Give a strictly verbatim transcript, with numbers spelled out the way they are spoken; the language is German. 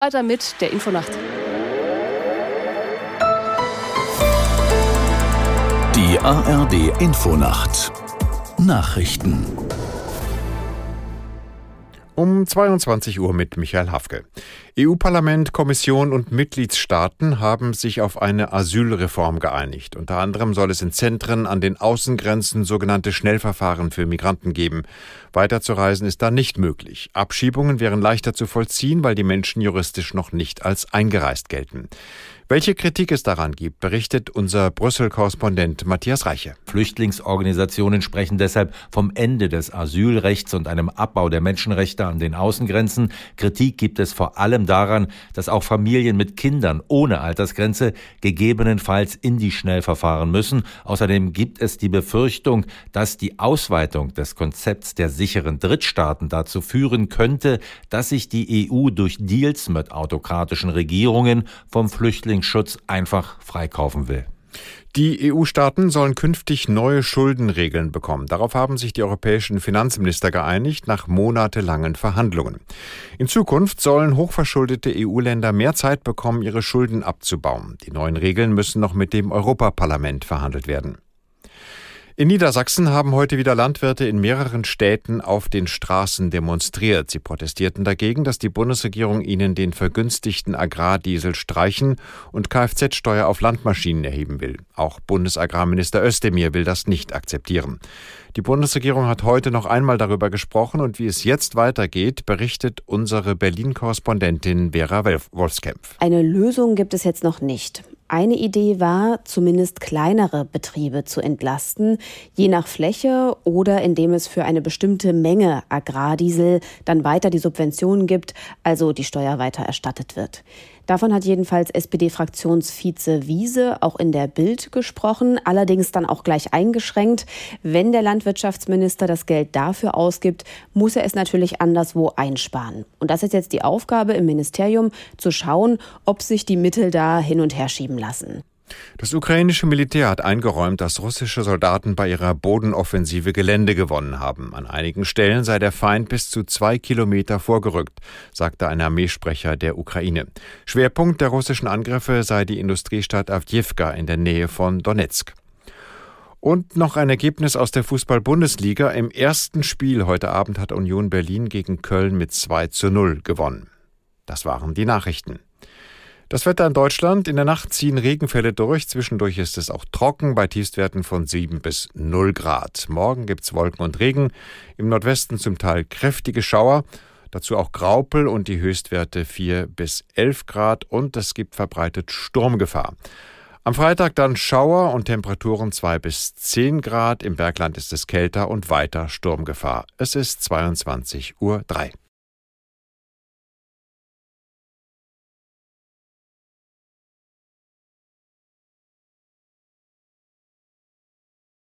Weiter mit der Infonacht. Die A R D Infonacht Nachrichten um zweiundzwanzig Uhr mit Michael Hafke. E U-Parlament, Kommission und Mitgliedstaaten haben sich auf eine Asylreform geeinigt. Unter anderem soll es in Zentren an den Außengrenzen sogenannte Schnellverfahren für Migranten geben. Weiterzureisen ist da nicht möglich. Abschiebungen wären leichter zu vollziehen, weil die Menschen juristisch noch nicht als eingereist gelten. Welche Kritik es daran gibt, berichtet unser Brüssel-Korrespondent Matthias Reiche. Flüchtlingsorganisationen sprechen deshalb vom Ende des Asylrechts und einem Abbau der Menschenrechte an den Außengrenzen. Kritik gibt es vor allem daran, dass auch Familien mit Kindern ohne Altersgrenze gegebenenfalls in die Schnellverfahren müssen. Außerdem gibt es die Befürchtung, dass die Ausweitung des Konzepts der sicheren Drittstaaten dazu führen könnte, dass sich die E U durch Deals mit autokratischen Regierungen vom Flüchtlingsschutz einfach freikaufen will. Die E U-Staaten sollen künftig neue Schuldenregeln bekommen. Darauf haben sich die europäischen Finanzminister geeinigt, nach monatelangen Verhandlungen. In Zukunft sollen hochverschuldete E U-Länder mehr Zeit bekommen, ihre Schulden abzubauen. Die neuen Regeln müssen noch mit dem Europaparlament verhandelt werden. In Niedersachsen haben heute wieder Landwirte in mehreren Städten auf den Straßen demonstriert. Sie protestierten dagegen, dass die Bundesregierung ihnen den vergünstigten Agrardiesel streichen und Kfz-Steuer auf Landmaschinen erheben will. Auch Bundesagrarminister Özdemir will das nicht akzeptieren. Die Bundesregierung hat heute noch einmal darüber gesprochen und wie es jetzt weitergeht, berichtet unsere Berlin-Korrespondentin Vera Wolfskämpf. Eine Lösung gibt es jetzt noch nicht. Eine Idee war, zumindest kleinere Betriebe zu entlasten, je nach Fläche oder indem es für eine bestimmte Menge Agrardiesel dann weiter die Subventionen gibt, also die Steuer weiter erstattet wird. Davon hat jedenfalls S P D-Fraktionsvize Wiese auch in der Bild gesprochen, allerdings dann auch gleich eingeschränkt. Wenn der Landwirtschaftsminister das Geld dafür ausgibt, muss er es natürlich anderswo einsparen. Und das ist jetzt die Aufgabe im Ministerium, zu schauen, ob sich die Mittel da hin und her schieben lassen. Das ukrainische Militär hat eingeräumt, dass russische Soldaten bei ihrer Bodenoffensive Gelände gewonnen haben. An einigen Stellen sei der Feind bis zu zwei Kilometer vorgerückt, sagte ein Armeesprecher der Ukraine. Schwerpunkt der russischen Angriffe sei die Industriestadt Awdjiwka in der Nähe von Donezk. Und noch ein Ergebnis aus der Fußball-Bundesliga. Im ersten Spiel heute Abend hat Union Berlin gegen Köln mit zwei zu null gewonnen. Das waren die Nachrichten. Das Wetter in Deutschland: In der Nacht ziehen Regenfälle durch. Zwischendurch ist es auch trocken bei Tiefstwerten von sieben bis null Grad. Morgen gibt's Wolken und Regen. Im Nordwesten zum Teil kräftige Schauer. Dazu auch Graupel und die Höchstwerte vier bis elf Grad. Und es gibt verbreitet Sturmgefahr. Am Freitag dann Schauer und Temperaturen zwei bis zehn Grad. Im Bergland ist es kälter und weiter Sturmgefahr. Es ist zweiundzwanzig Uhr drei.